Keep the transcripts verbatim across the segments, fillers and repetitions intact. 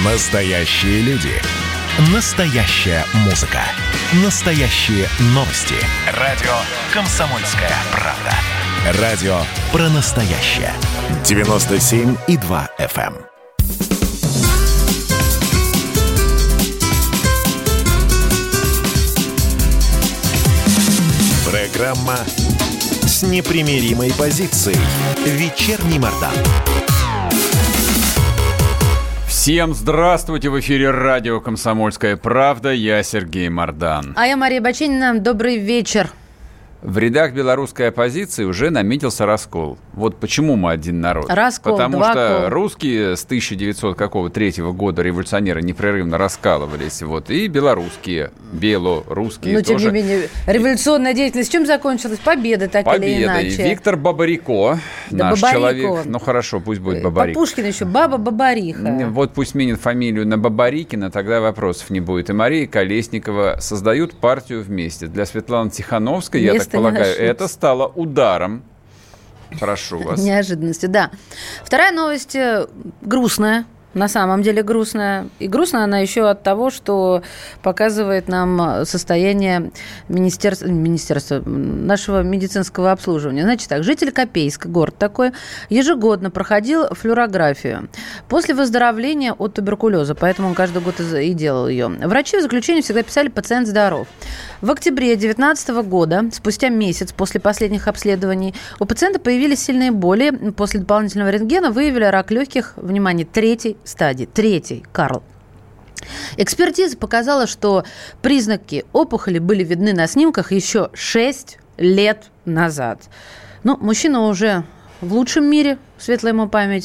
Настоящие люди. Настоящая музыка. Настоящие новости. Радио «Комсомольская правда». Радио про настоящее. девяносто семь и два эф эм. Программа с непримиримой позицией. Вечерний Мардан. Всем здравствуйте! В эфире радио «Комсомольская правда». Я Сергей Мардан. А я Мария Баченина. Добрый вечер. В рядах белорусской оппозиции уже наметился раскол. Вот почему мы один народ. Раскол, Потому два что кол. русские с тысяча девятьсот третьего года революционеры непрерывно раскалывались. Вот, и белорусские, белорусские Но, тоже. тем не менее, революционная деятельность чем закончилась? Победа, так Победа. или иначе. Виктор Бабарико, Да наш Бабарико. человек. Ну хорошо, пусть будет Бабарико. По Пушкину еще Баба Бабариха. Вот пусть сменит фамилию на Бабарикина, тогда вопросов не будет. И Мария Колесникова создают партию вместе. Для Светланы Тихановской, я так полагаю, это стало ударом. Прошу вас. Неожиданностью, да. Вторая новость грустная. На самом деле грустная. И грустная она еще от того, что показывает нам состояние министерства, министерства нашего медицинского обслуживания. Значит так, житель Копейска, город такой, ежегодно проходил флюорографию после выздоровления от туберкулеза, поэтому он каждый год и делал ее. Врачи в заключении всегда писали «пациент здоров». В октябре две тысячи девятнадцатого года, спустя месяц после последних обследований, у пациента появились сильные боли. После дополнительного рентгена выявили рак легких, внимание, третьей стадии. Третий, Карл. Экспертиза показала, что признаки опухоли были видны на снимках еще шесть лет назад. Ну, мужчина уже в лучшем мире, светлая ему память.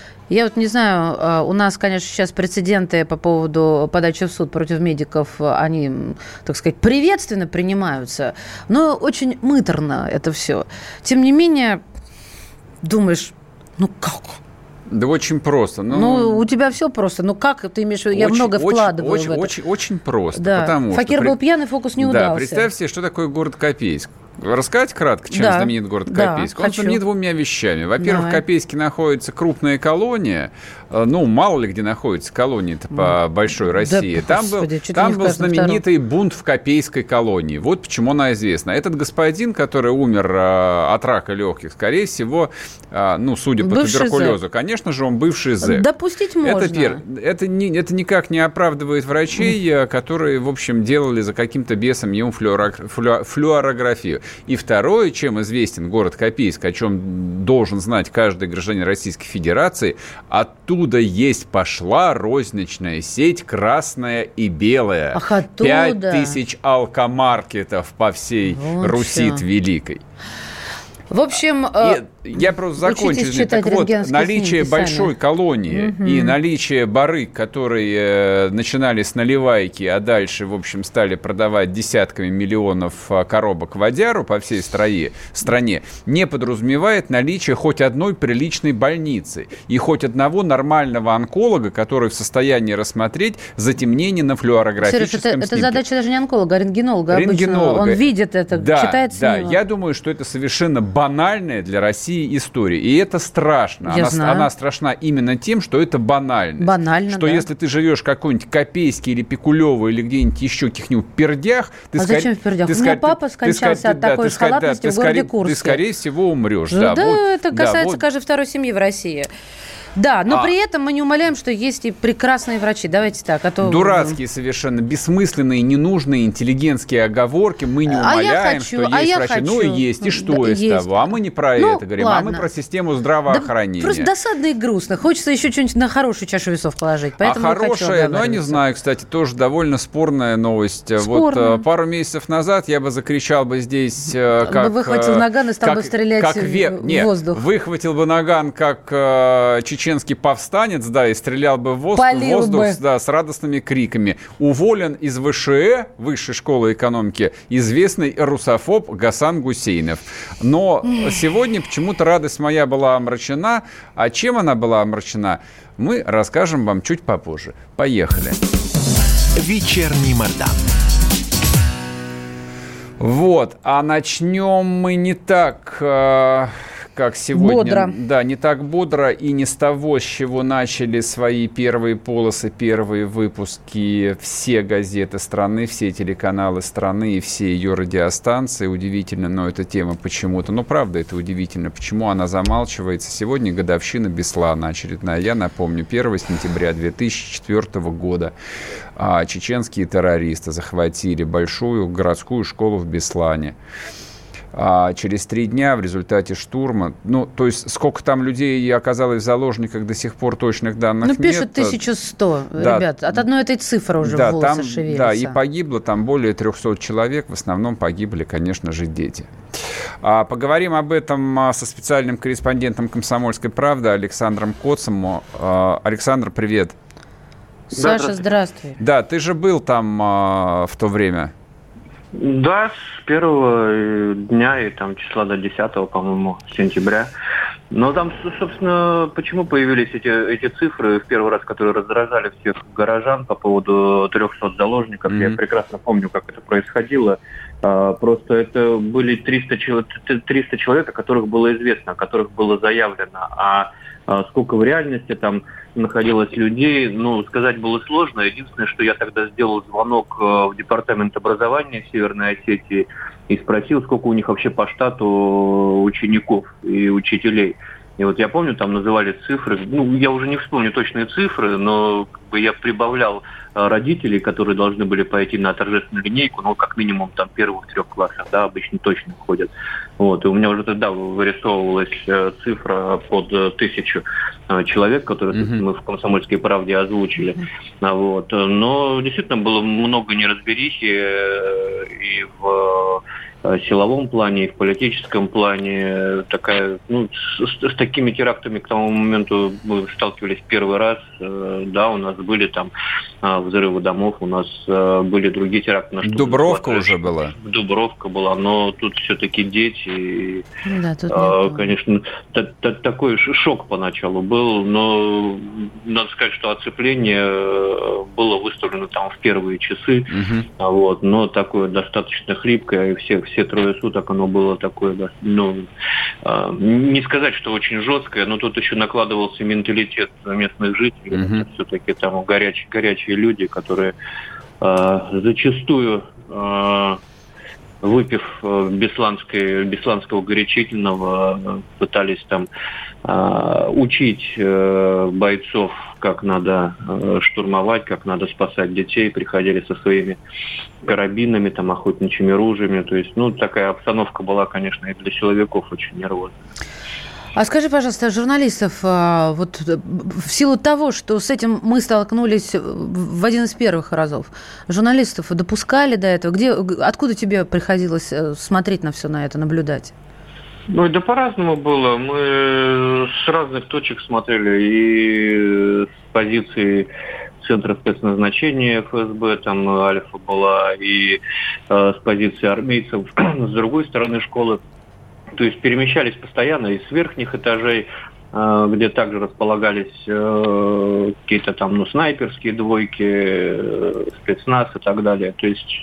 Я вот не знаю, у нас, конечно, сейчас прецеденты по поводу подачи в суд против медиков, они, так сказать, приветственно принимаются, но очень мыторно это все. Тем не менее, думаешь, ну как? Да очень просто. Ну, ну, у тебя все просто. Ну, как ты имеешь в виду? Я очень, много вкладываю очень, в это. Очень, очень просто. Да. Потому Факир что, был пьяный, фокус не да, удался. Представь себе, что такое город Копейск. Рассказать кратко, чем да. знаменит город да, Копейск? Он хочу. знаменит двумя вещами. Во-первых, Давай. в Копейске находится крупная колония. Ну, мало ли где находится колония-то по большой России. Да, там господи, был, там был знаменитый втором. бунт в Копейской колонии. Вот почему она известна. Этот господин, который умер э, от рака легких, скорее всего, э, ну, судя по бывший туберкулезу, зэк. Конечно же, он бывший зэк. Допустить можно. Это, пер... это, не, это никак не оправдывает врачей, которые, в общем, делали за каким-то бесом ему флюорог... флю... флюорографию. И второе, чем известен город Копейск, о чем должен знать каждый гражданин Российской Федерации, оттуда есть пошла розничная сеть «Красная» и «Белая». Ах, оттуда. Пять тысяч алкомаркетов по всей вот Руси все. Великой. В общем, и я просто закончу. Так вот, наличие большой сами. колонии угу. и наличие барыг, которые э, начинали с наливайки, а дальше, в общем, стали продавать десятками миллионов коробок водяру по всей стране, стране, не подразумевает наличие хоть одной приличной больницы и хоть одного нормального онколога, который в состоянии рассмотреть затемнение на флюорографическом Сереж, это, снимке. это задача даже не онколога, а рентгенолога. Рентгенолога. Обычно. Он видит это, да, читает снимок. Да, я думаю, что это совершенно банальная для России история. И это страшно. Я она, знаю. она страшна именно тем, что это банальность. Банально, Что да. если ты живешь в какой-нибудь Копейске или Пикулево или где-нибудь еще каких-нибудь пердях... Ты а скорее, зачем в пердях? ты, У меня ты, папа скончался ты, от да, такой ты, халатности да, в городе скорее, Курске. Ты, скорее всего, умрешь. Да, да, да вот, это касается да, вот. каждой второй семьи в России. Да, но А. при этом мы не умаляем, что есть и прекрасные врачи. Давайте так. А то... Дурацкие совершенно, бессмысленные, ненужные интеллигентские оговорки. Мы не А умаляем, я хочу, что а есть я врачи. хочу. Ну и есть. И что Да, из есть. того? А мы не про ну, это говорим, ладно. а мы про систему здравоохранения. Да, просто досадно и грустно. Хочется еще что-нибудь на хорошую чашу весов положить. Поэтому а хорошая, ну, я не знаю, кстати, тоже довольно спорная новость. Спорно. Вот пару месяцев назад я бы закричал бы здесь, как... Бы выхватил наган и стал как, бы стрелять как в, ве... в Нет, воздух. Выхватил бы наган, как э, чеченский повстанец, да, и стрелял бы в воздух, в воздух да, с радостными криками. Уволен из ВШЭ, Высшей школы экономики, известный русофоб Гасан Гусейнов. Но сегодня почему-то радость моя была омрачена. А чем она была омрачена, мы расскажем вам чуть попозже. Поехали. Вечерний Мардан. Вот, а начнем мы не так, как сегодня. Бодро. Да, не так бодро и не с того, с чего начали свои первые полосы, первые выпуски все газеты страны, все телеканалы страны и все ее радиостанции. Удивительно, но эта тема почему-то, ну, правда, это удивительно, почему она замалчивается. Сегодня годовщина Беслана очередная. Я напомню, первого сентября две тысячи четвёртого года а, чеченские террористы захватили большую городскую школу в Беслане. А через три дня в результате штурма, ну, то есть сколько там людей оказалось в заложниках, до сих пор точных данных ну, нет. Ну, пишут тысяча сто, да, ребят. От одной этой цифры уже да, волосы там, шевелятся. Да, и погибло там более трехсот человек. В основном погибли, конечно же, дети. А, поговорим об этом со специальным корреспондентом «Комсомольской правды» Александром Коцем. А, Александр, привет. Саша, здравствуй. Да, ты же был там а, в то время. Да, с первого дня и там числа до десятого, по-моему, сентября. Но там, собственно, почему появились эти, эти цифры в первый раз, которые раздражали всех горожан по поводу трехсот заложников. Mm-hmm. Я прекрасно помню, как это происходило. А, просто это были триста, триста человек, о которых было известно, о которых было заявлено. А, а сколько в реальности там находилось людей, ну, сказать было сложно. Единственное, что я тогда сделал звонок в департамент образования Северной Осетии и спросил, сколько у них вообще по штату учеников и учителей. И вот я помню, там называли цифры, ну, я уже не вспомню точные цифры, но как бы я прибавлял родителей, которые должны были пойти на торжественную линейку, ну, как минимум, там, первых трех классах, да, обычно точно ходят. Вот, и у меня уже тогда вырисовывалась цифра под тысячу человек, которые mm-hmm. мы в «Комсомольской правде» озвучили. Вот. Но действительно было много неразберихи и в силовом плане, и в политическом плане. Такая, ну, с, с такими терактами к тому моменту мы сталкивались первый раз. Да, у нас были там взрывы домов, у нас были другие теракты. На Дубровка уже была? Дубровка была, но тут все-таки дети. Да, тут а, конечно, т- т- такой шок поначалу был, но надо сказать, что оцепление было выставлено там в первые часы, угу. вот, но такое достаточно хлипкое, и все, все трое суток оно было такое, да, ну, а, не сказать, что очень жесткое, но тут еще накладывался менталитет местных жителей, угу. это все-таки там горячие, горячие люди, которые а, зачастую а, выпив бесланской, бесланского горячительного, пытались там э, учить э, бойцов, как надо э, штурмовать, как надо спасать детей, приходили со своими карабинами, там, охотничьими ружьями. То есть, ну, такая обстановка была, конечно, и для силовиков очень нервозная. А скажи, пожалуйста, журналистов, вот в силу того, что с этим мы столкнулись в один из первых разов, журналистов допускали до этого? Где, откуда тебе приходилось смотреть на все на это, наблюдать? Ну, да по-разному было. Мы с разных точек смотрели, и с позиции Центра спецназначения эф эс бэ, там Альфа была, и э, с позиции армейцев, с другой стороны школы. То есть перемещались постоянно из верхних этажей, где также располагались какие-то там, ну, снайперские двойки, спецназ и так далее. То есть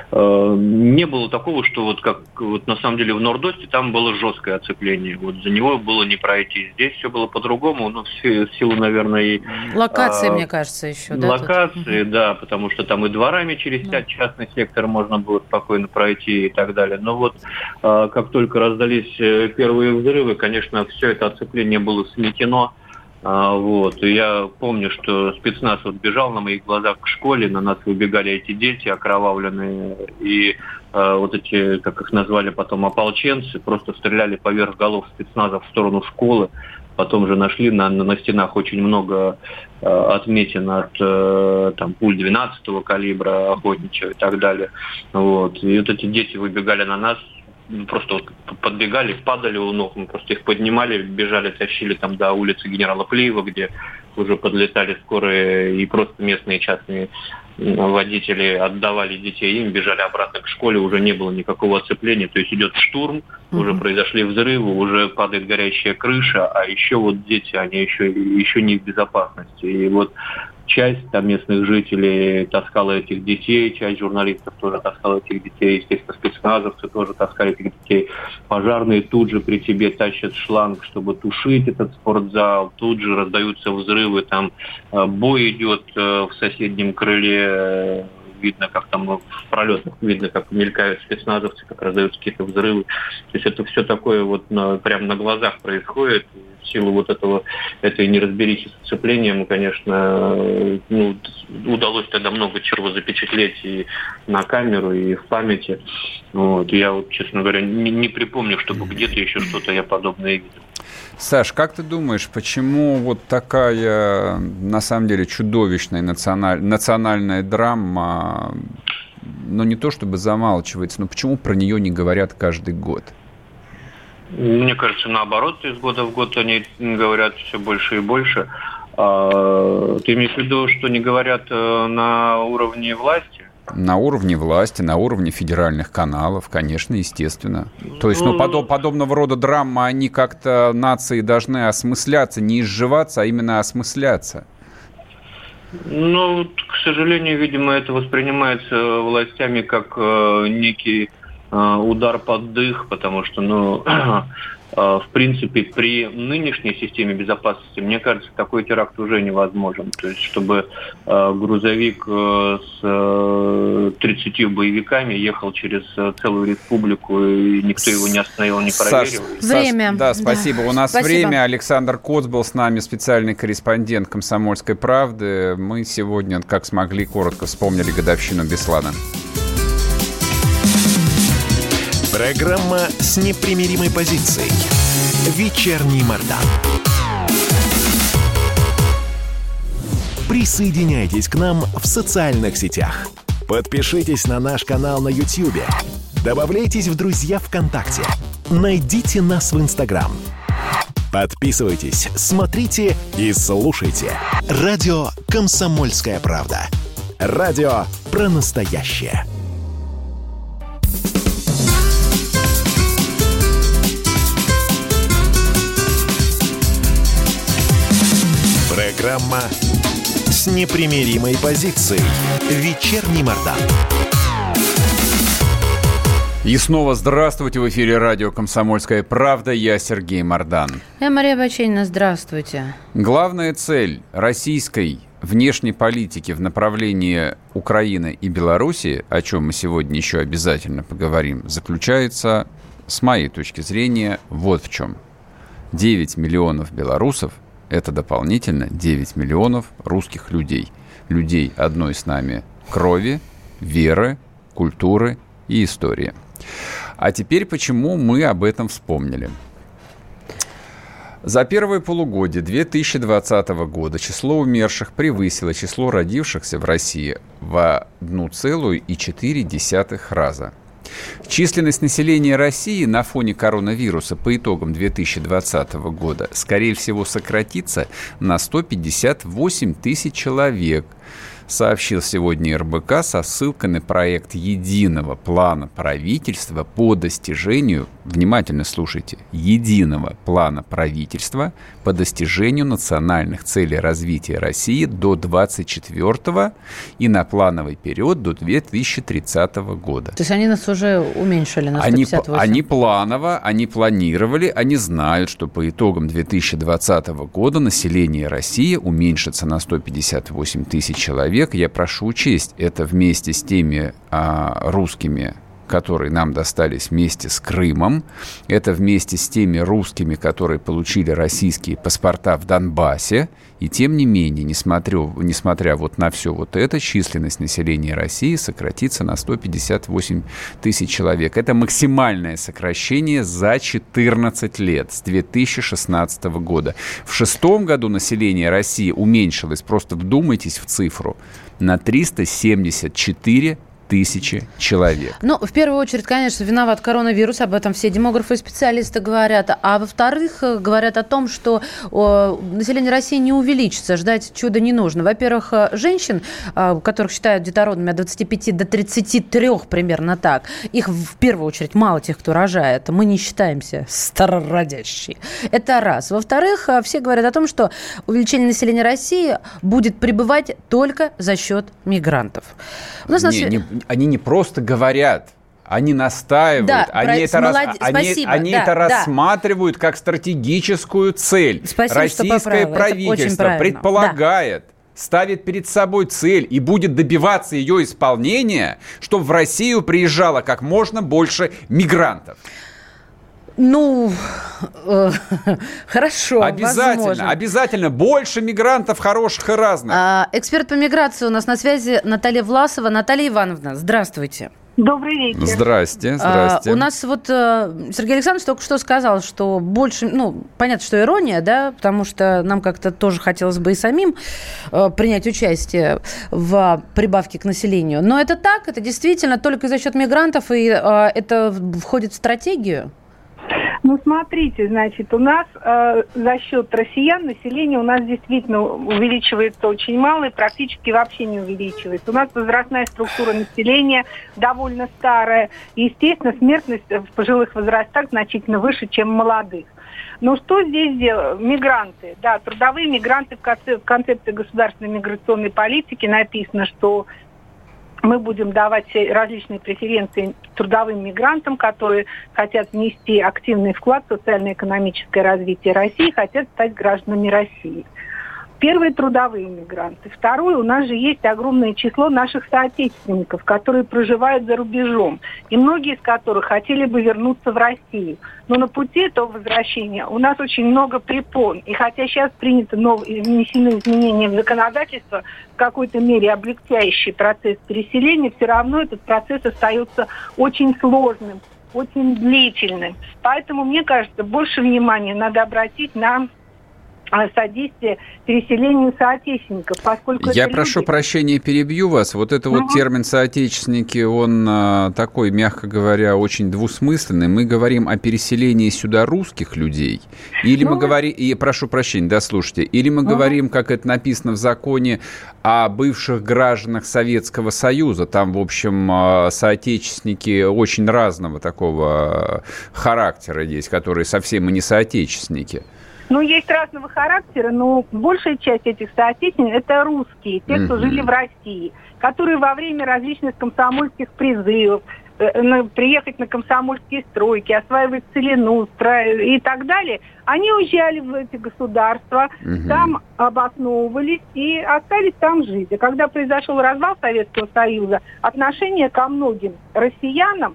не было такого, что вот как вот на самом деле в Нордосте там было жесткое оцепление. Вот за него было не пройти. Здесь все было по-другому, но в силу, наверное, и... Локации, а, мне кажется, еще, да? Локации, тут? да, потому что там и дворами через да. частный сектор можно было спокойно пройти и так далее. Но вот как только раздались первые взрывы, конечно, все это оцепление было было сметено. А, вот. И я помню, что спецназ вот бежал на моих глазах к школе, на нас выбегали эти дети окровавленные, и а, вот эти, как их назвали потом, ополченцы, просто стреляли поверх голов спецназа в сторону школы. Потом же нашли на, на стенах очень много э, отметин от э, там, пуль двенадцатого калибра, охотничьего и так далее. Вот. И вот эти дети выбегали на нас, просто вот подбегали, падали у ног, мы просто их поднимали, бежали, тащили там до улицы генерала Плиева, где уже подлетали скорые, и просто местные частные водители отдавали детей им, бежали обратно к школе, уже не было никакого оцепления, то есть идет штурм, mm-hmm. уже произошли взрывы, уже падает горящая крыша, а еще вот дети, они еще, еще не в безопасности. И вот часть там местных жителей таскала этих детей, часть журналистов тоже таскала этих детей, естественно, спецназовцы тоже таскали этих детей. Пожарные тут же при тебе тащат шланг, чтобы тушить этот спортзал, тут же раздаются взрывы, там бой идет в соседнем крыле, видно, как там в пролетах, видно, как мелькают спецназовцы, как раздаются какие-то взрывы. То есть это все такое вот на, прямо на глазах происходит. В силу вот этого, этой неразберихи с сцеплением, конечно, ну, удалось тогда много чего запечатлеть и на камеру, и в памяти. Вот. Я, вот, честно говоря, не, не припомню, чтобы где-то еще что-то я подобное видел. Саш, как ты думаешь, почему вот такая, на самом деле, чудовищная националь... национальная драма, ну, не то чтобы замалчивается, но почему про нее не говорят каждый год? Мне кажется, наоборот, из года в год они говорят все больше и больше. А, ты имеешь в виду, что не говорят на уровне власти? На уровне власти, на уровне федеральных каналов, конечно, естественно. То есть, ну, подоб, подобного рода драмы, они как-то, нации должны осмысляться, не изживаться, а именно осмысляться. Ну, к сожалению, видимо, это воспринимается властями как э, некий э, удар под дых, потому что, ну, э, в принципе, при нынешней системе безопасности, мне кажется, такой теракт уже невозможен. То есть, чтобы э, грузовик э, с э, тридцатью боевиками ехал через э, целую республику, и никто его не остановил, не проверил. Саш, время. Саш, да, спасибо. Да. У нас спасибо. Время. Александр Коц был с нами, специальный корреспондент «Комсомольской правды». Мы сегодня, как смогли, коротко вспомнили годовщину Беслана. Программа с непримиримой позицией. Вечерний Мардан. Присоединяйтесь к нам в социальных сетях. Подпишитесь на наш канал на YouTube. Добавляйтесь в друзья ВКонтакте. Найдите нас в Инстаграм. Подписывайтесь, смотрите и слушайте. Радио «Комсомольская правда». Радио про настоящее. Программа с непримиримой позицией. Вечерний Мардан. И снова здравствуйте. В эфире радио «Комсомольская правда». Я Сергей Мардан. Я Мария Баченина. Здравствуйте. Главная цель российской внешней политики в направлении Украины и Белоруссии, о чем мы сегодня еще обязательно поговорим, заключается, с моей точки зрения, вот в чем. девять миллионов белорусов – это дополнительно девять миллионов русских людей. Людей одной с нами крови, веры, культуры и истории. А теперь почему мы об этом вспомнили? За первое полугодие две тысячи двадцатого года число умерших превысило число родившихся в России в одна целая четыре десятых раза. Численность населения России на фоне коронавируса по итогам две тысячи двадцатого года, скорее всего, сократится на сто пятьдесят восемь тысяч человек, сообщил сегодня эр бэ ка со ссылкой на проект единого плана правительства по достижению, внимательно слушайте, единого плана правительства по достижению национальных целей развития России до двадцать четвёртого и на плановый период до две тысячи тридцатого года. То есть они нас уже уменьшили на сто пятьдесят восемь? Они, они планово, они планировали, они знают, что по итогам две тысячи двадцатого года население России уменьшится на сто пятьдесят восемь тысяч человек. Я прошу учесть, это вместе с теми а, русскими, которые нам достались вместе с Крымом, это вместе с теми русскими, которые получили российские паспорта в Донбассе, и тем не менее, несмотря, несмотря вот на все вот это, численность населения России сократится на сто пятьдесят восемь тысяч человек. Это максимальное сокращение за четырнадцать лет, с две тысячи шестнадцатого года. В шестом году население России уменьшилось, просто вдумайтесь в цифру, на триста семьдесят четыре тысячи человек. Ну, в первую очередь, конечно, виноват коронавирус, об этом все демографы и специалисты говорят. А во-вторых, говорят о том, что о, население России не увеличится, ждать чуда не нужно. Во-первых, женщин, которых считают детородными от двадцати пяти до тридцати трёх, примерно так, их в первую очередь мало тех, кто рожает. Мы не считаемся старородящие. Это раз. Во-вторых, все говорят о том, что увеличение населения России будет пребывать только за счет мигрантов. У нас не, на... не, они не просто говорят, они настаивают, да, они, это, молод... рас... они, они да, это да. рассматривают как стратегическую цель. Спасибо, российское правительство предполагает, да. ставит перед собой цель и будет добиваться ее исполнения, чтобы в Россию приезжало как можно больше мигрантов. Ну, э, хорошо, Обязательно, возможно. обязательно. Больше мигрантов хороших и разных. А, эксперт по миграции у нас на связи Наталья Власова. Наталья Ивановна, здравствуйте. Добрый вечер. Здрасте, здрасте. А, у нас вот э, Сергей Александрович только что сказал, что больше, ну, понятно, что ирония, да, потому что нам как-то тоже хотелось бы и самим э, принять участие в прибавке к населению. Но это так, это действительно только за счет мигрантов, и э, это входит в стратегию. Ну, смотрите, значит, у нас э, за счет россиян население у нас действительно увеличивается очень мало и практически вообще не увеличивается. У нас возрастная структура населения довольно старая. И, естественно, смертность в пожилых возрастах значительно выше, чем в молодых. Но что здесь делают? Мигранты. Да, трудовые мигранты в концепции государственной миграционной политики написано, что мы будем давать различные преференции трудовым мигрантам, которые хотят внести активный вклад в социально-экономическое развитие России, хотят стать гражданами России. Первые трудовые мигранты. Второе, у нас же есть огромное число наших соотечественников, которые проживают за рубежом, и многие из которых хотели бы вернуться в Россию. Но на пути этого возвращения у нас очень много препон. И хотя сейчас приняты новые, внесены изменения в законодательство, в какой-то мере облегчающий процесс переселения, все равно этот процесс остается очень сложным, очень длительным. Поэтому, мне кажется, больше внимания надо обратить на содействие переселению соотечественников, поскольку Я прошу люди... прощения, перебью вас. Вот это uh-huh. вот термин «соотечественники», он а, такой, мягко говоря, очень двусмысленный. Мы говорим о переселении сюда русских людей, или ну, мы говорим, и прошу прощения, да, слушайте, или мы uh-huh. говорим, как это написано в законе, о бывших гражданах Советского Союза. Там, в общем, соотечественники очень разного такого характера есть, которые совсем и не соотечественники. Ну, есть разного характера, но большая часть этих соотечественников – это русские, те, кто mm-hmm. жили в России, которые во время различных комсомольских призывов, э, на, приехать на комсомольские стройки, осваивать целину и так далее, они уезжали в эти государства, mm-hmm. там обосновывались и остались там жить. А когда произошел развал Советского Союза, отношение ко многим россиянам,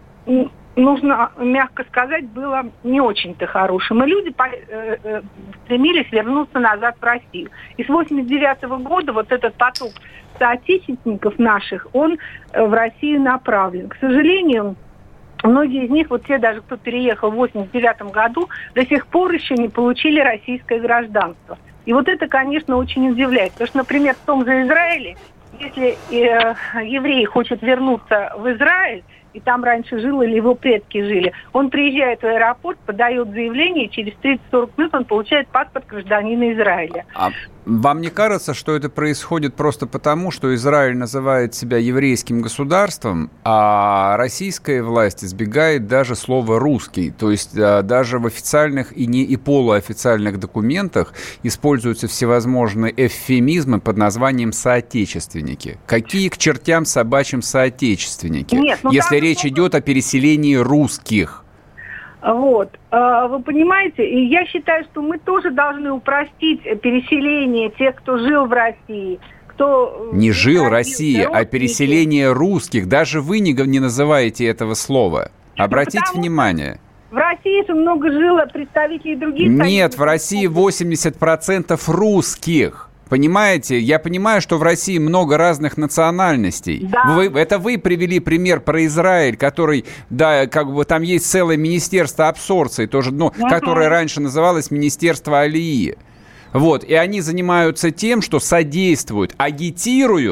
нужно, мягко сказать, было не очень-то хорошим. И люди по, э, э, стремились вернуться назад в Россию. И с восемьдесят девятого года вот этот поток соотечественников наших, он э, в Россию направлен. К сожалению, многие из них, вот те даже, кто переехал в восемьдесят девятом году, до сих пор еще не получили российское гражданство. И вот это, конечно, очень удивляет. Потому что, например, в том же Израиле, если э, еврей хочет вернуться в Израиль, и там раньше жил или его предки жили, он приезжает в аэропорт, подает заявление, и через тридцать-сорок минут он получает паспорт гражданина Израиля. А вам не кажется, что это происходит просто потому, что Израиль называет себя еврейским государством, а российская власть избегает даже слова «русский», то есть даже в официальных и не и полуофициальных документах используются всевозможные эвфемизмы под названием «соотечественники». Какие к чертям собачьим соотечественники, Нет, ну если речь много... идет о переселении русских? Вот, вы понимаете, и я считаю, что мы тоже должны упростить переселение тех, кто жил в России, кто... Не жил в России, а переселение русских. Даже вы не, не называете этого слова. Обратите ну, внимание. В России же много жило представителей других... Нет, в России восемьдесят процентов русских. Понимаете, я понимаю, что в России много разных национальностей. Да. Вы, это вы привели пример про Израиль, который, да, как бы там есть целое министерство абсорбции, тоже, ну, uh-huh. которое раньше называлось Министерство Алии. Вот, и они занимаются тем, что содействуют, агитируют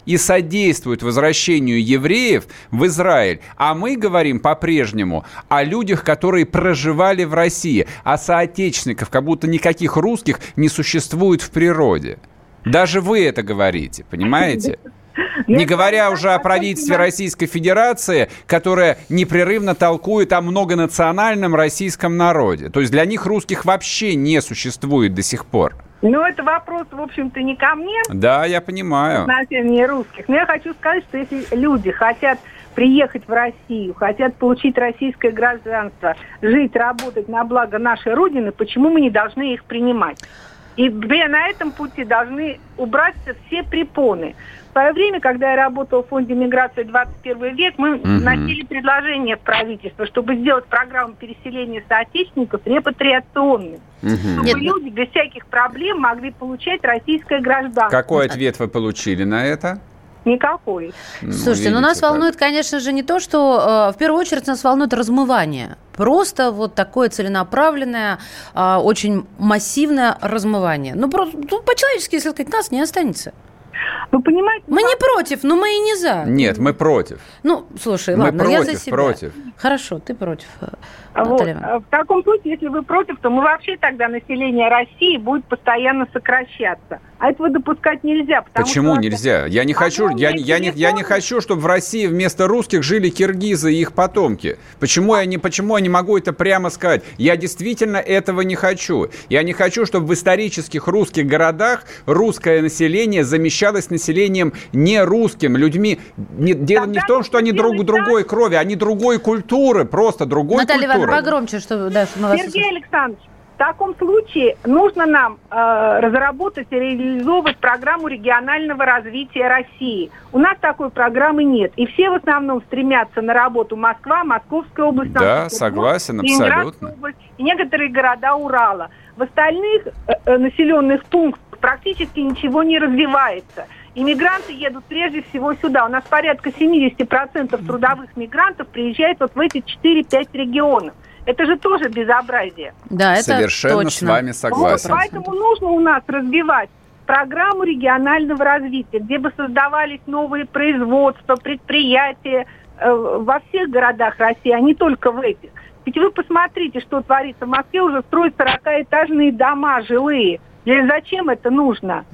и содействуют возвращению евреев в Израиль. А мы говорим по-прежнему о людях, которые проживали в России, о соотечественниках, как будто никаких русских не существует в природе. Даже вы это говорите, понимаете? Не говоря уже о правительстве Российской Федерации, которое непрерывно толкует о многонациональном российском народе. То есть для них русских вообще не существует до сих пор. Ну, это вопрос, в общем-то, не ко мне. Да, я понимаю. Отношение русских. Но я хочу сказать, что если люди хотят приехать в Россию, хотят получить российское гражданство, жить, работать на благо нашей Родины, почему мы не должны их принимать? И на этом пути должны убраться все препоны. В свое время, когда я работала в фонде миграции двадцать первый век, мы угу. вносили предложение в правительство, чтобы сделать программу переселения соотечественников репатриационной. Угу. Чтобы Нет. люди без всяких проблем могли получать российское гражданство. Какой ответ вы получили на это? Никакой. Ну, Слушайте, ну нас как. волнует, конечно же, не то, что... Э, в первую очередь нас волнует размывание. Просто вот такое целенаправленное, э, очень массивное размывание. Ну, просто, ну, по-человечески, если сказать, нас не останется. Вы понимаете? Мы не против, но мы и не за. Нет, мы против. Ну, слушай, мы ладно, против, я за себя. против. Хорошо, ты против. Вот. В таком случае, если вы против, то мы вообще тогда население России будет постоянно сокращаться. А этого допускать нельзя. Почему что нельзя? Я не хочу, я, я, не, я не хочу, чтобы в России вместо русских жили киргизы и их потомки. Почему я, не, почему я не могу это прямо сказать? Я действительно этого не хочу. Я не хочу, чтобы в исторических русских городах русское население замещалось населением не русским, людьми. Не, дело Тогда не в том, что они друг другой крови, они другой культуры, просто другой Наталья культуры. Наталья Ивановна, погромче, чтобы, да, чтобы мы вас Сергей услышали. Александрович, в таком случае нужно нам э, разработать и реализовывать программу регионального развития России. У нас такой программы нет. И все в основном стремятся на работу Москва, Московская область, да, согласен, абсолютно. Область, и некоторые города Урала. В остальных э, населенных пунктах практически ничего не развивается. Иммигранты едут прежде всего сюда. У нас порядка семьдесят процентов трудовых мигрантов приезжает вот в эти четыре-пять регионов. Это же тоже безобразие. Да, это совершенно точно. с вами согласен. Вот, поэтому нужно у нас развивать программу регионального развития, где бы создавались новые производства, предприятия э, во всех городах России, а не только в этих. Ведь вы посмотрите, что творится в Москве, уже строят сорокаэтажные дома жилые. Или зачем это нужно?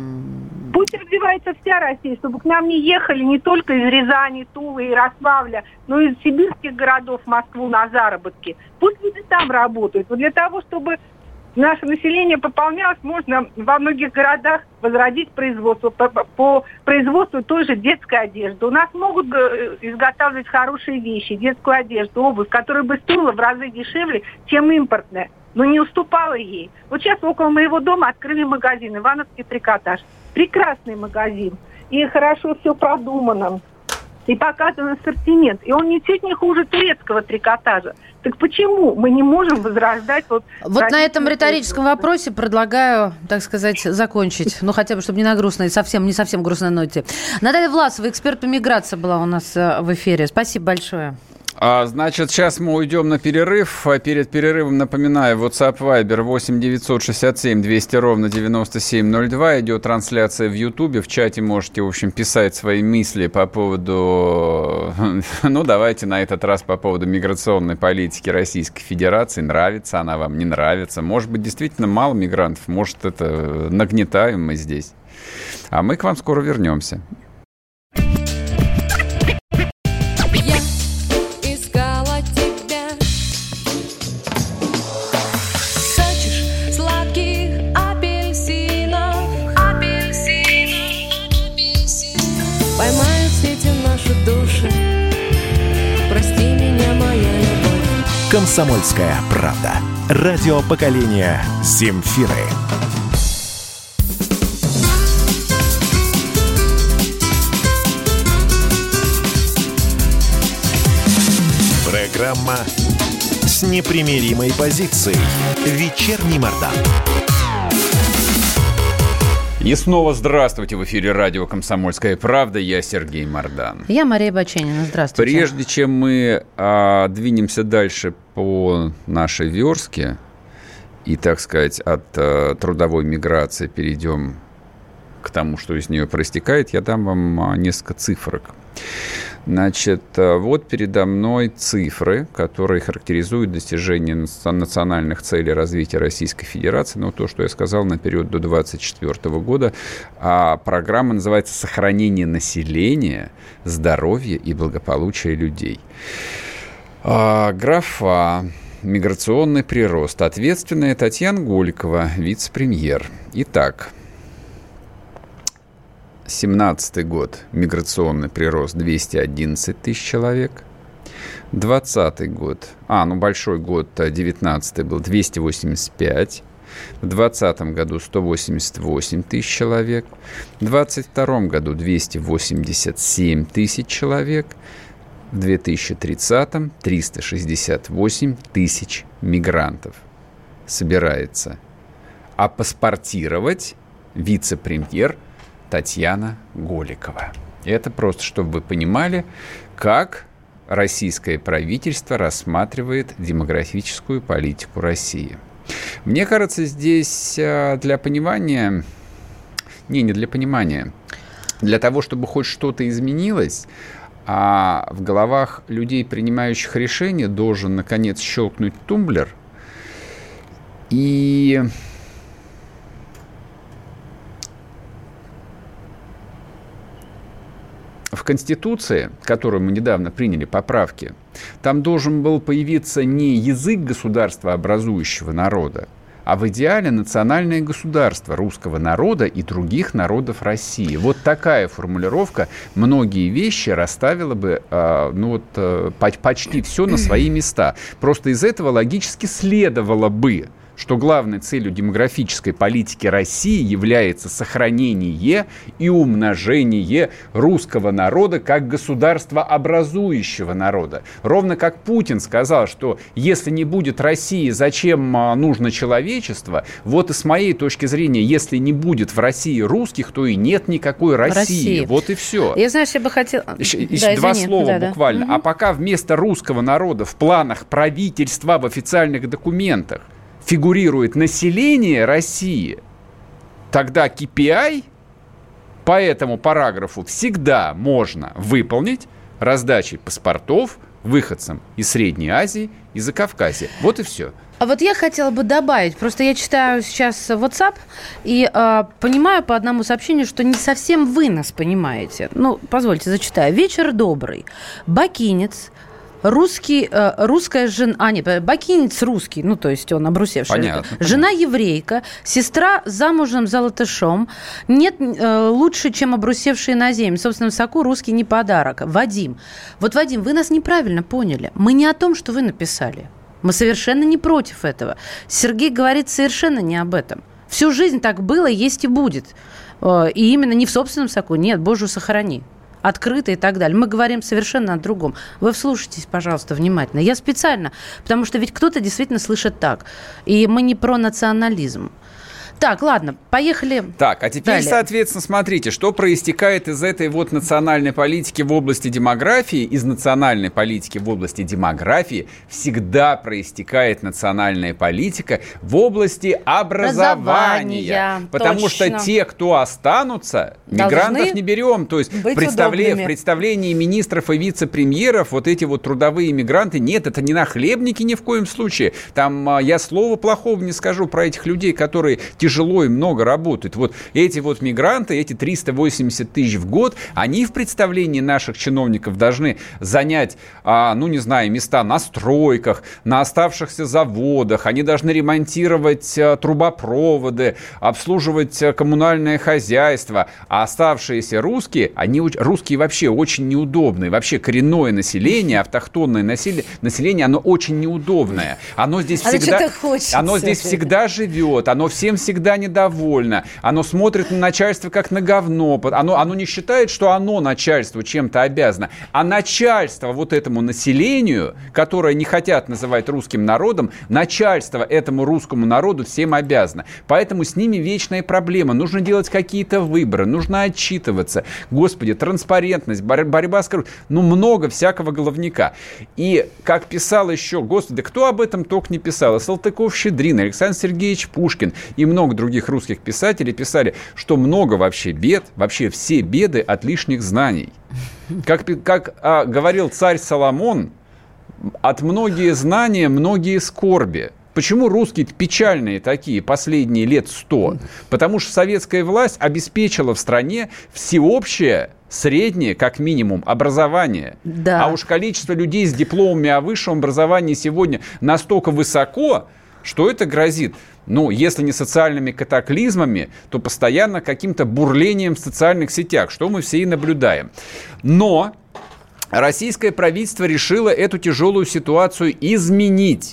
Пусть развивается вся Россия, чтобы к нам не ехали не только из Рязани, Тулы и Ярославля, но и из сибирских городов в Москву на заработки. Пусть люди там работают. Вот для того, чтобы наше население пополнялось, можно во многих городах возродить производство по, по производству той же детской одежды. У нас могут изготавливать хорошие вещи, детскую одежду, обувь, которая бы стоила в разы дешевле, чем импортная, но не уступала ей. Вот сейчас около моего дома открыли магазин «Ивановский трикотаж». Прекрасный магазин. И хорошо все продумано. И показан ассортимент. И он ничуть не хуже турецкого трикотажа. Так почему мы не можем возрождать... Вот, вот на этом риторическом вопросе предлагаю, так сказать, закончить. Ну, хотя бы, чтобы не на грустной, совсем, не совсем грустной ноте. Наталья Власова, эксперт по миграции, была у нас в эфире. Спасибо большое. А, значит, сейчас мы уйдем на перерыв. Перед перерывом, напоминаю, WhatsApp Viber восемь девятьсот шестьдесят семь двести ровно девяносто семь ноль два. Идет трансляция в Ютубе. В чате можете, в общем, писать свои мысли по поводу... Ну, давайте на этот раз по поводу миграционной политики Российской Федерации. Нравится она вам, не нравится. Может быть, действительно мало мигрантов. Может, это нагнетаем мы здесь. А мы к вам скоро вернемся. «Комсомольская правда». Радио поколения «Земфиры». Программа с непримиримой позицией. «Вечерний Мордан». И снова здравствуйте. В эфире радио «Комсомольская правда». Я Сергей Мордан. Я Мария Баченина. Здравствуйте. Прежде чем мы а, двинемся дальше по нашей верстке и, так сказать, от а, трудовой миграции перейдем к к тому, что из нее проистекает, я дам вам несколько цифрок. Значит, вот передо мной цифры, которые характеризуют достижение национальных целей развития Российской Федерации. Ну, то, что я сказал, на период до двадцать четвёртого года. А программа называется «Сохранение населения, здоровья и благополучия людей». А, графа «Миграционный прирост». Ответственная Татьяна Голикова, вице-премьер. Итак, семнадцатый год, миграционный прирост двести одиннадцать тысяч человек. двадцатый год, а, ну большой год, девятнадцатый был двести восемьдесят пять. В двадцатом году сто восемьдесят восемь тысяч человек. В двадцать втором году двести восемьдесят семь тысяч человек. В две тысячи тридцатом триста шестьдесят восемь тысяч мигрантов собирается опаспортировать вице-премьер Татьяна Голикова. Это просто, чтобы вы понимали, как российское правительство рассматривает демографическую политику России. Мне кажется, здесь для понимания... Не, не для понимания. Для того, чтобы хоть что-то изменилось, а в головах людей, принимающих решения, должен, наконец, щелкнуть тумблер. И... В Конституции, которую мы недавно приняли, поправки, там должен был появиться не язык государства образующего народа, а в идеале национальное государство русского народа и других народов России. Вот такая формулировка многие вещи расставила бы э, ну вот, э, почти все на свои места. Просто из этого логически следовало бы, что главной целью демографической политики России является сохранение и умножение русского народа как государства образующего народа. Ровно как Путин сказал, что если не будет России, зачем нужно человечество? Вот и с моей точки зрения, если не будет в России русских, то и нет никакой России. России. Вот и все. Я, знаешь, я бы хотела... Еще, еще да, два извини. слова да, буквально. Да. А пока вместо русского народа в планах правительства в официальных документах фигурирует население России, тогда кей пи ай по этому параграфу всегда можно выполнить раздачей паспортов выходцам из Средней Азии и Закавказья. Вот и все. А вот я хотела бы добавить, просто я читаю сейчас WhatsApp и э, понимаю по одному сообщению, что не совсем вы нас понимаете. Ну, позвольте, зачитаю. Вечер добрый. Бакинец. Русский, э, русская жена, а нет, бакинец русский, ну то есть он обрусевший. Понятно, жена понятно. Еврейка, сестра замужем за латышом, нет э, лучше, чем обрусевший иноземец. Собственно, в соку русский не подарок. Вадим, вот, Вадим, вы нас неправильно поняли. Мы не о том, что вы написали. Мы совершенно не против этого. Сергей говорит совершенно не об этом. Всю жизнь так было, есть и будет. Э, и именно не в собственном соку, нет, Боже, сохрани. Открыто и так далее. Мы говорим совершенно о другом. Вы вслушайтесь, пожалуйста, внимательно. Я специально, потому что ведь кто-то действительно слышит так. И мы не про национализм. Так, ладно, поехали. Так, а теперь, далее. Соответственно, смотрите, что проистекает из этой вот национальной политики в области демографии. Из национальной политики в области демографии всегда проистекает национальная политика в области образования. Потому точно. Что те, кто останутся, мигрантов должны не берем. То есть в, представле... в представлении министров и вице-премьеров вот эти вот трудовые мигранты, нет, это не нахлебники ни в коем случае. Там я слова плохого не скажу про этих людей, которые тяжело и много работают. Вот эти вот мигранты, эти триста восемьдесят тысяч в год, они в представлении наших чиновников должны занять, а, ну, не знаю, места на стройках, на оставшихся заводах, они должны ремонтировать а, трубопроводы, обслуживать а, коммунальное хозяйство, а оставшиеся русские, они, русские вообще очень неудобные, вообще коренное население, автохтонное население, население оно очень неудобное. Оно здесь а всегда, оно здесь всегда живет, оно всем всегда недовольно, оно смотрит на начальство как на говно, оно, оно не считает, что оно, начальство, чем-то обязано, а начальство вот этому населению, которое не хотят называть русским народом, начальство этому русскому народу всем обязано. Поэтому с ними вечная проблема. Нужно делать какие-то выборы, нужно отчитываться. Господи, транспарентность, борь- борьба с коррупцией. Ну, много всякого головняка. И, как писал еще, господи, кто об этом только не писал? И Салтыков-Щедрин, Александр Сергеевич Пушкин и много много других русских писателей писали, что много вообще бед, вообще все беды от лишних знаний. Как, как а, говорил царь Соломон, от многие знания, многие скорби. Почему русские печальные такие последние лет сто? Потому что советская власть обеспечила в стране всеобщее, среднее, как минимум, образование. Да. А уж количество людей с дипломами о высшем образовании сегодня настолько высоко, что это грозит, ну, если не социальными катаклизмами, то постоянно каким-то бурлением в социальных сетях, что мы все и наблюдаем. Но российское правительство решило эту тяжелую ситуацию изменить.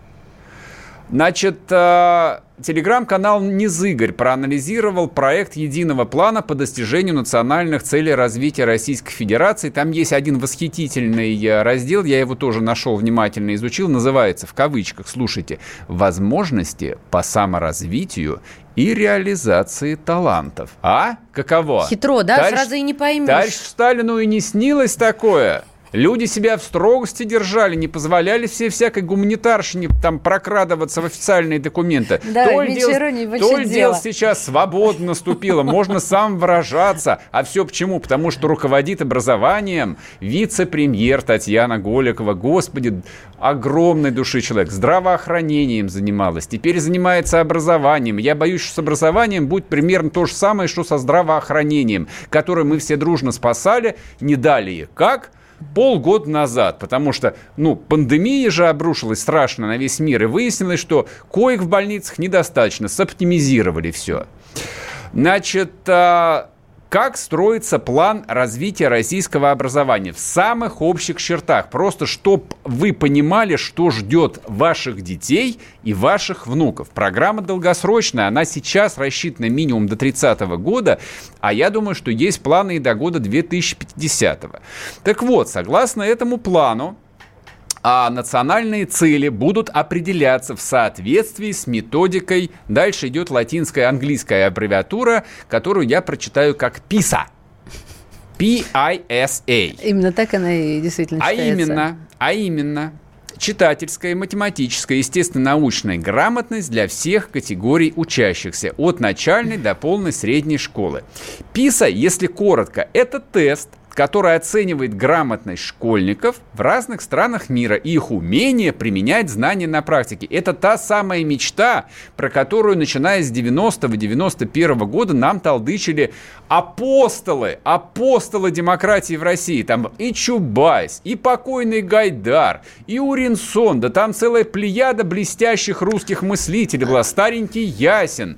Значит, телеграм-канал «Низыгорь» проанализировал проект единого плана по достижению национальных целей развития Российской Федерации. Там есть один восхитительный раздел, я его тоже нашел, внимательно изучил, называется, в кавычках, слушайте, «Возможности по саморазвитию и реализации талантов». А? Каково? Хитро, да? Товарищ, сразу и не поймешь. Товарищ Сталину и не снилось такое. Люди себя в строгости держали, не позволяли все всякой гуманитарщине там прокрадываться в официальные документы. Да, то ли дело сейчас свобода наступила, можно сам выражаться. А все почему? Потому что руководит образованием вице-премьер Татьяна Голикова. Господи, огромной души человек. Здравоохранением занималась, теперь занимается образованием. Я боюсь, что с образованием будет примерно то же самое, что со здравоохранением, которое мы все дружно спасали, не далее. Как? Полгода назад, потому что, ну, пандемия же обрушилась страшно на весь мир, и выяснилось, что коек в больницах недостаточно, соптимизировали все. Значит, как строится план развития российского образования в самых общих чертах? Просто чтобы вы понимали, что ждет ваших детей и ваших внуков. Программа долгосрочная, она сейчас рассчитана минимум до тридцатого года, а я думаю, что есть планы и до года две тысячи пятидесятого. Так вот, согласно этому плану, а национальные цели будут определяться в соответствии с методикой. Дальше идет латинская английская аббревиатура, которую я прочитаю как писа. пи ай эс эй. Именно так она и действительно а читается. Именно, а именно, читательская, математическая, естественно-научная грамотность для всех категорий учащихся, от начальной до полной средней школы. писа, если коротко, это тест, который оценивает грамотность школьников в разных странах мира и их умение применять знания на практике. Это та самая мечта, про которую, начиная с девяностого - девяносто первого года, нам толдычили апостолы, апостолы демократии в России. Там и Чубайс, и покойный Гайдар, и Уренсон, да там целая плеяда блестящих русских мыслителей была, старенький Ясин.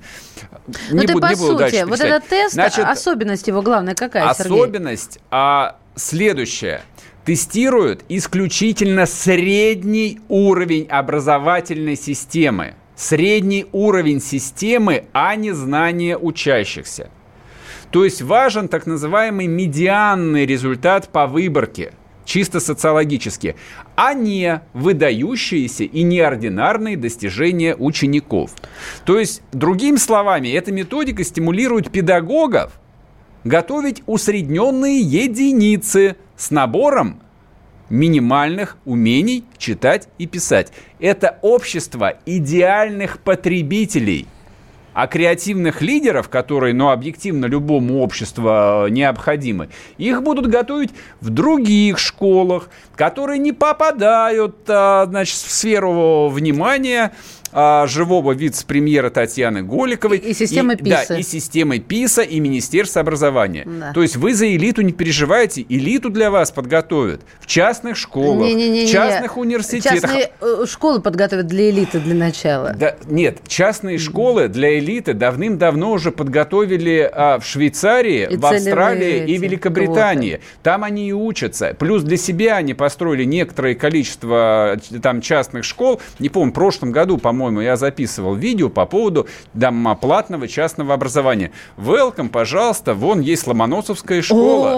Ну ты, по сути, вот этот тест, Значит, особенность его главная какая, Сергей? Особенность а, следующая. Тестируют исключительно средний уровень образовательной системы. Средний уровень системы, а не знания учащихся. То есть важен так называемый медианный результат по выборке, чисто социологически, а не выдающиеся и неординарные достижения учеников. То есть, другими словами, эта методика стимулирует педагогов готовить усредненные единицы с набором минимальных умений читать и писать. Это общество идеальных потребителей. А креативных лидеров, которые, ну, объективно любому обществу необходимы, их будут готовить в других школах, которые не попадают, значит, в сферу внимания живого вице-премьера Татьяны Голиковой. И, и системы ПИСа. Да, и системы ПИСа, и Министерства образования. Да. То есть вы за элиту не переживайте, элиту для вас подготовят в частных школах, не, не, не, в частных не, не. университетах. Частные школы подготовят для элиты для начала. Да, нет, частные школы для элиты давным-давно уже подготовили а, в Швейцарии, и в Австралии и Великобритании. Квоты. Там они и учатся. Плюс для себя они построили некоторое количество там частных школ. Не помню, в прошлом году, по-моему, По-моему, я записывал видео по поводу там, платного частного образования. Welcome, пожалуйста, вон есть Ломоносовская школа. О!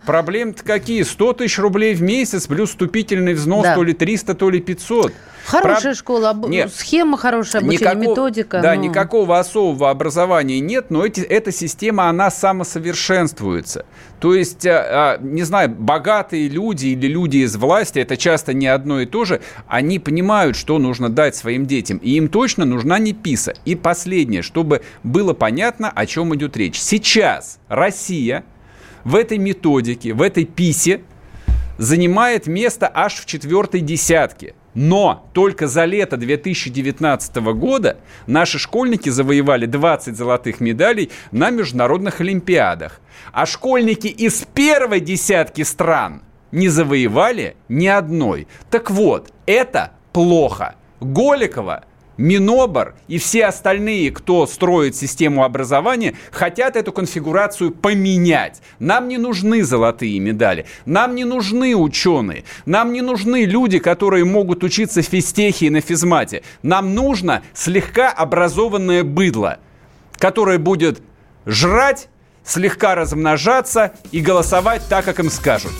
Проблемы-то какие? сто тысяч рублей в месяц плюс вступительный взнос, да. то ли триста, то ли пятьсот. Хорошая Про... школа, об... Нет. Схема хорошая, обучение, никакого... методика. Да, но... никакого особого образования нет, но эти... эта система, она самосовершенствуется. То есть, не знаю, богатые люди или люди из власти, это часто не одно и то же, они понимают, что нужно дать своим детям, и им точно нужна не ПИСа. И последнее, чтобы было понятно, о чем идет речь. Сейчас Россия в этой методике, в этой ПИСе занимает место аж в четвертой десятке. Но только за лето две тысячи девятнадцатого года наши школьники завоевали двадцать золотых медалей на международных олимпиадах. А школьники из первой десятки стран не завоевали ни одной. Так вот, это плохо. Голикова, Минобр и все остальные, кто строит систему образования, хотят эту конфигурацию поменять. Нам не нужны золотые медали, нам не нужны ученые, нам не нужны люди, которые могут учиться в физтехе и на физмате. Нам нужно слегка образованное быдло, которое будет жрать, слегка размножаться и голосовать так, как им скажут.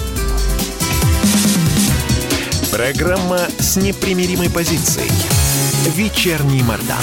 Программа с непримиримой позицией. Вечерний Мардан.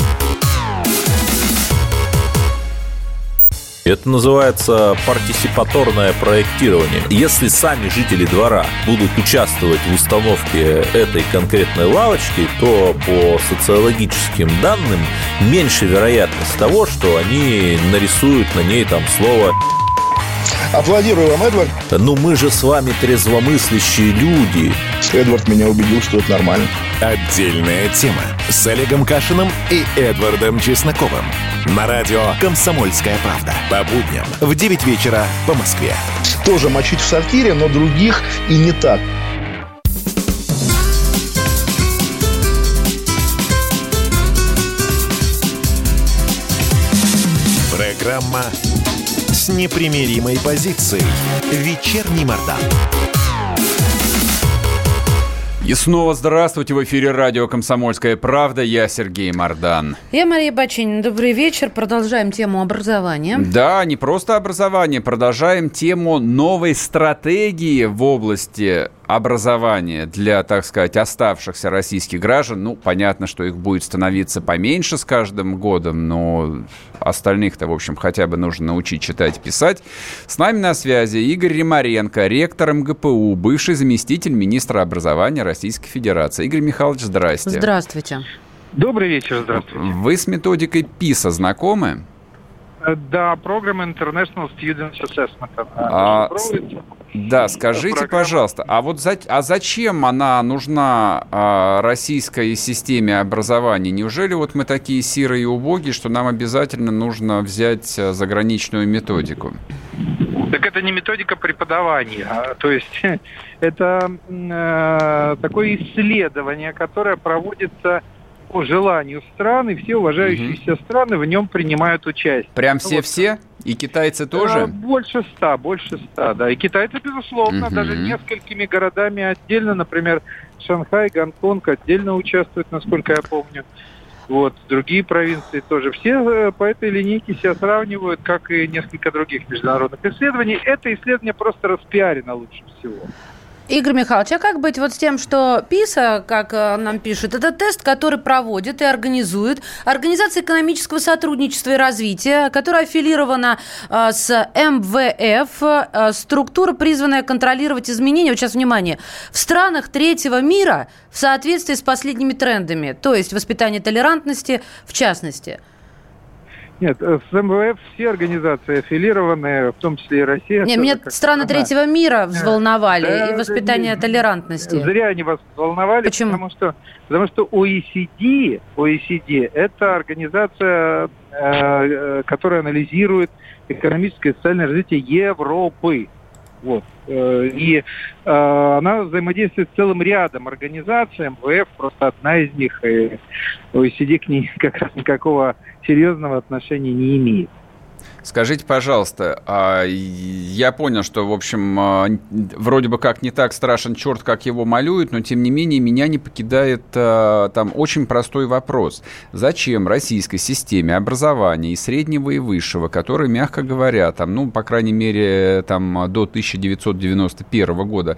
Это называется партисипаторное проектирование. Если сами жители двора будут участвовать в установке этой конкретной лавочки, то по социологическим данным меньше вероятность того, что они нарисуют на ней там слово... Аплодирую вам, Эдвард. Ну мы же с вами трезвомыслящие люди. Эдвард меня убедил, что это нормально. Отдельная тема с Олегом Кашиным и Эдвардом Чесноковым. На радио «Комсомольская правда». По будням в девять вечера по Москве. Тоже мочить в сортире, но других и не так. Программа с непримиримой позицией. Вечерний Мардан. И снова здравствуйте. В эфире радио «Комсомольская правда». Я Сергей Мардан. Я Мария Бачинина. Добрый вечер. Продолжаем тему образования. Да, не просто образование. Продолжаем тему новой стратегии в области образования для, так сказать, оставшихся российских граждан. Ну, понятно, что их будет становиться поменьше с каждым годом, но остальных-то, в общем, хотя бы нужно научить читать и писать. С нами на связи Игорь Ремаренко, ректор эм гэ пэ у, бывший заместитель министра образования Российской Федерации. Игорь Михайлович, здрасте. Здравствуйте. Добрый вечер, здравствуйте. Вы с методикой ПИСа знакомы? Да, программа International Student Assessment. А, да, скажите, программа. Пожалуйста, а вот за, а зачем она нужна а, российской системе образования? Неужели вот мы такие сирые и убогие, что нам обязательно нужно взять заграничную методику? Так это не методика преподавания, а, то есть это э, такое исследование, которое проводится по желанию стран, и все уважающиеся угу. страны в нем принимают участие. Прям все-все? Вот. И китайцы тоже? Больше ста, больше ста, да. И китайцы, безусловно, угу. даже несколькими городами отдельно, например, Шанхай, Гонконг отдельно участвуют, насколько я помню. Вот, другие провинции тоже. Все по этой линейке себя сравнивают, как и несколько других международных исследований. Это исследование просто распиарено лучше всего. Игорь Михайлович, а как быть вот с тем, что ПИСа, как нам пишут, это тест, который проводит и организует Организация экономического сотрудничества и развития, которая аффилирована э, с эм вэ эф, э, структура, призванная контролировать изменения, вот сейчас внимание, в странах третьего мира в соответствии с последними трендами, то есть воспитание толерантности в частности. Нет, с эм вэ эф все организации аффилированные, в том числе и Россия. Нет, меня страны страна. Третьего мира взволновали, да, и воспитание да, толерантности. Зря они вас взволновали. Почему? Потому что, потому что о и си ди, о и си ди это организация, э, которая анализирует экономическое и социальное развитие Европы. Вот. И э, она взаимодействует с целым рядом организаций, эм вэ эф просто одна из них, и о и си ди к ней как раз никакого серьезного отношения не имеет. Скажите, пожалуйста, я понял, что, в общем, вроде бы как не так страшен черт, как его малюют, но, тем не менее, меня не покидает там очень простой вопрос. Зачем российской системе образования и среднего, и высшего, которая, мягко говоря, там, ну, по крайней мере, там, до тысяча девятьсот девяносто первого года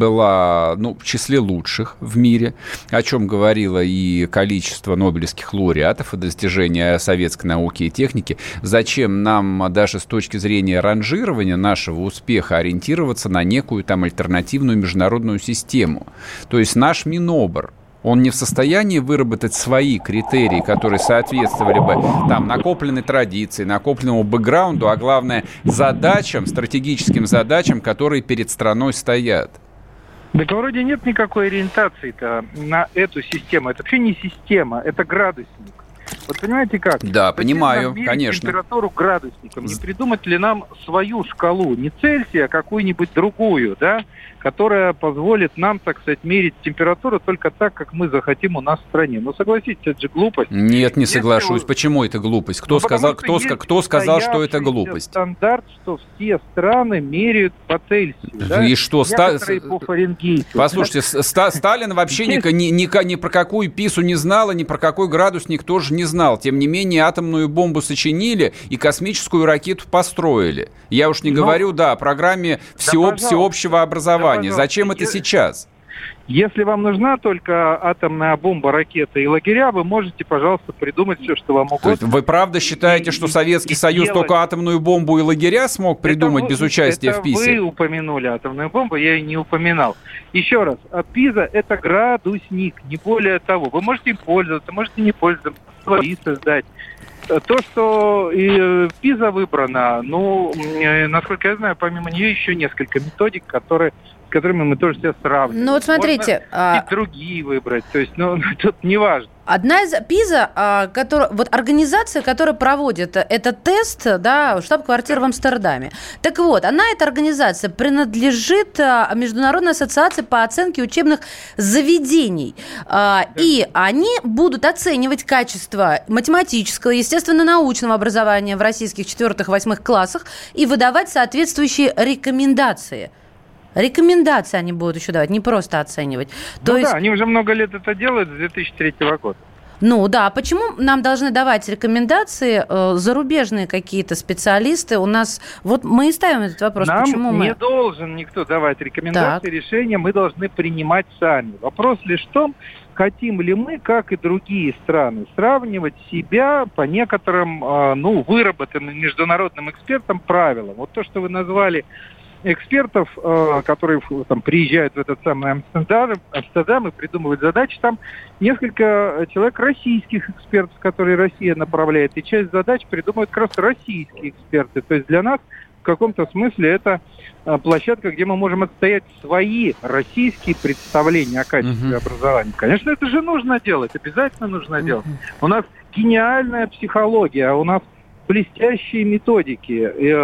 была, ну, в числе лучших в мире, о чем говорило и количество нобелевских лауреатов и достижения советской науки и техники, зачем нам даже с точки зрения ранжирования нашего успеха ориентироваться на некую там альтернативную международную систему? То есть наш Минобр, он не в состоянии выработать свои критерии, которые соответствовали бы там накопленной традиции, накопленному бэкграунду, а главное задачам, стратегическим задачам, которые перед страной стоят. Так вроде нет никакой ориентации-то на эту систему. Это вообще не система, это градусник. Вот понимаете как? Да, Зачем понимаю, нам конечно. Температуру градусником. Не придумать ли нам свою шкалу? Не Цельсия, а какую-нибудь другую, да? Которая позволит нам, так сказать, мерить температуру только так, как мы захотим у нас в стране. Ну, согласитесь, это же глупость. Нет, не соглашусь. Если... Почему это глупость? Кто, ну, сказал, кто, кто сказал, что это глупость? Стандарт, что все страны меряют по Цельсию. Да? И что? Ста... по Фаренгейту. Послушайте, Ста... Сталин вообще ни, ни, ни, ни про какую пису не знал, и ни про какой градусник тоже не знал. Тем не менее, атомную бомбу сочинили и космическую ракету построили. Я уж не Но... говорю, да, о программе всеоб... да, всеобщего образования. Да, зачем это сейчас? Если вам нужна только атомная бомба, ракета и лагеря, вы можете, пожалуйста, придумать все, что вам угодно. То есть вы правда считаете, и, что Советский и Союз делать... только атомную бомбу и лагеря смог придумать это без вы, участия это в ПИСе? Вы упомянули атомную бомбу, я ее не упоминал. Еще раз, а ПИЗа – это градусник, не более того. Вы можете им пользоваться, можете не пользоваться, свои создать. То, что и ПИЗа выбрана, ну, насколько я знаю, помимо нее еще несколько методик, которые, с которыми мы тоже себя сравниваем. Ну вот смотрите. Можно а... и другие выбрать, то есть, ну, тут не важно. Одна из ПИЗа, которая, вот организация, которая проводит этот тест, да, штаб-квартира в Амстердаме. Так вот, она, эта организация, принадлежит Международной ассоциации по оценке учебных заведений. Да. И они будут оценивать качество математического, естественно-научного образования в российских четвёртых-восьмых классах и выдавать соответствующие рекомендации. Рекомендации они будут еще давать, не просто оценивать. То ну есть... да, они уже много лет это делают, с две тысячи третьего года. Ну да, почему нам должны давать рекомендации э, зарубежные какие-то специалисты? У нас, вот мы и ставим этот вопрос, нам почему мы... не должен никто давать рекомендации, так. Решения мы должны принимать сами. Вопрос лишь в том, хотим ли мы, как и другие страны, сравнивать себя по некоторым, э, ну, выработанным международным экспертам правилам. Вот то, что вы назвали... экспертов, э, которые там приезжают в этот самый Амстердам, Амстердам и придумывают задачи. Там несколько человек российских экспертов, которые Россия направляет, и часть задач придумывают как раз российские эксперты. То есть для нас в каком-то смысле это э, площадка, где мы можем отстоять свои российские представления о качестве uh-huh. образования. Конечно, это же нужно делать, обязательно нужно uh-huh. делать. У нас гениальная психология, у нас блестящие методики.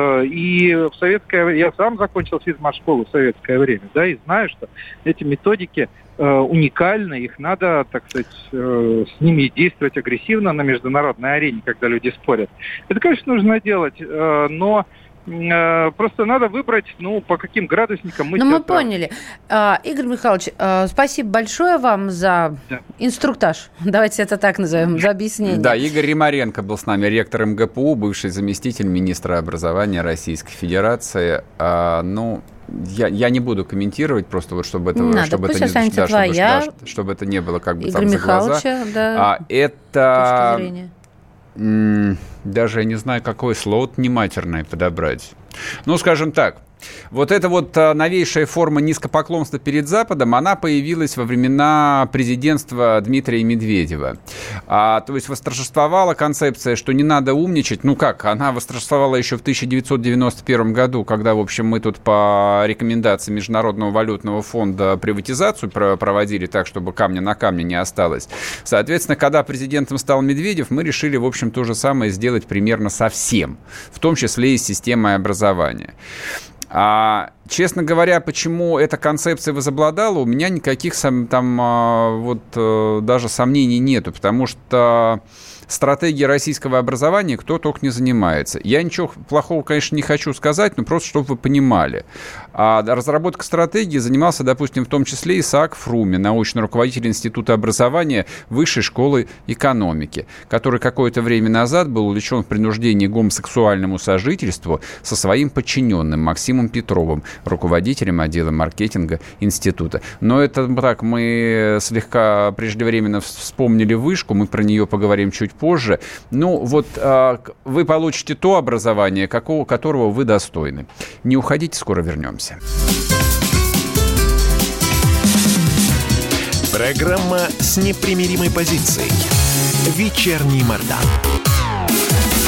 И в советское время, я сам закончил физмат-школу в советское время, да, и знаю, что эти методики уникальны, их надо, так сказать, с ними действовать агрессивно на международной арене, когда люди спорят. Это, конечно, нужно делать, но просто надо выбрать, ну, по каким градусникам мы... Ну, мы поняли. А, Игорь Михайлович, а, спасибо большое вам за да. инструктаж. Давайте это так назовем, за объяснение. Да, Игорь Римаренко был с нами, ректор эм гэ пэ у, бывший заместитель министра образования Российской Федерации. А, ну... Я, я не буду комментировать, просто вот чтобы это, Надо, чтобы, это не, да, чтобы, да, чтобы это не было как бы Игорь там за глаза. Да, а, это м- даже я не знаю, какое слово нематерное подобрать. Ну, скажем так. Вот эта вот новейшая форма низкопоклонства перед Западом, она появилась во времена президентства Дмитрия Медведева. А, то есть восторжествовала концепция, что не надо умничать. Ну как, она восторжествовала еще в тысяча девятьсот девяносто первом году, когда, в общем, мы тут по рекомендации Международного валютного фонда приватизацию проводили так, чтобы камня на камне не осталось. Соответственно, когда президентом стал Медведев, мы решили, в общем, то же самое сделать примерно со всем, в том числе и с системой образования. А, честно говоря, почему эта концепция возобладала, у меня никаких там вот даже сомнений нету, потому что стратегией российского образования кто только не занимается. Я ничего плохого, конечно, не хочу сказать, но просто, чтобы вы понимали. А разработка стратегии занимался, допустим, в том числе Исаак Фруми, научный руководитель Института образования Высшей школы экономики, который какое-то время назад был увлечен в принуждении к гомосексуальному сожительству со своим подчиненным Максимом Петровым, руководителем отдела маркетинга института. Но это так, мы слегка преждевременно вспомнили вышку, мы про нее поговорим чуть позже. Ну, вот а, вы получите то образование, какого, которого вы достойны. Не уходите, скоро вернемся. Программа с непримиримой позицией. Вечерний Мордан.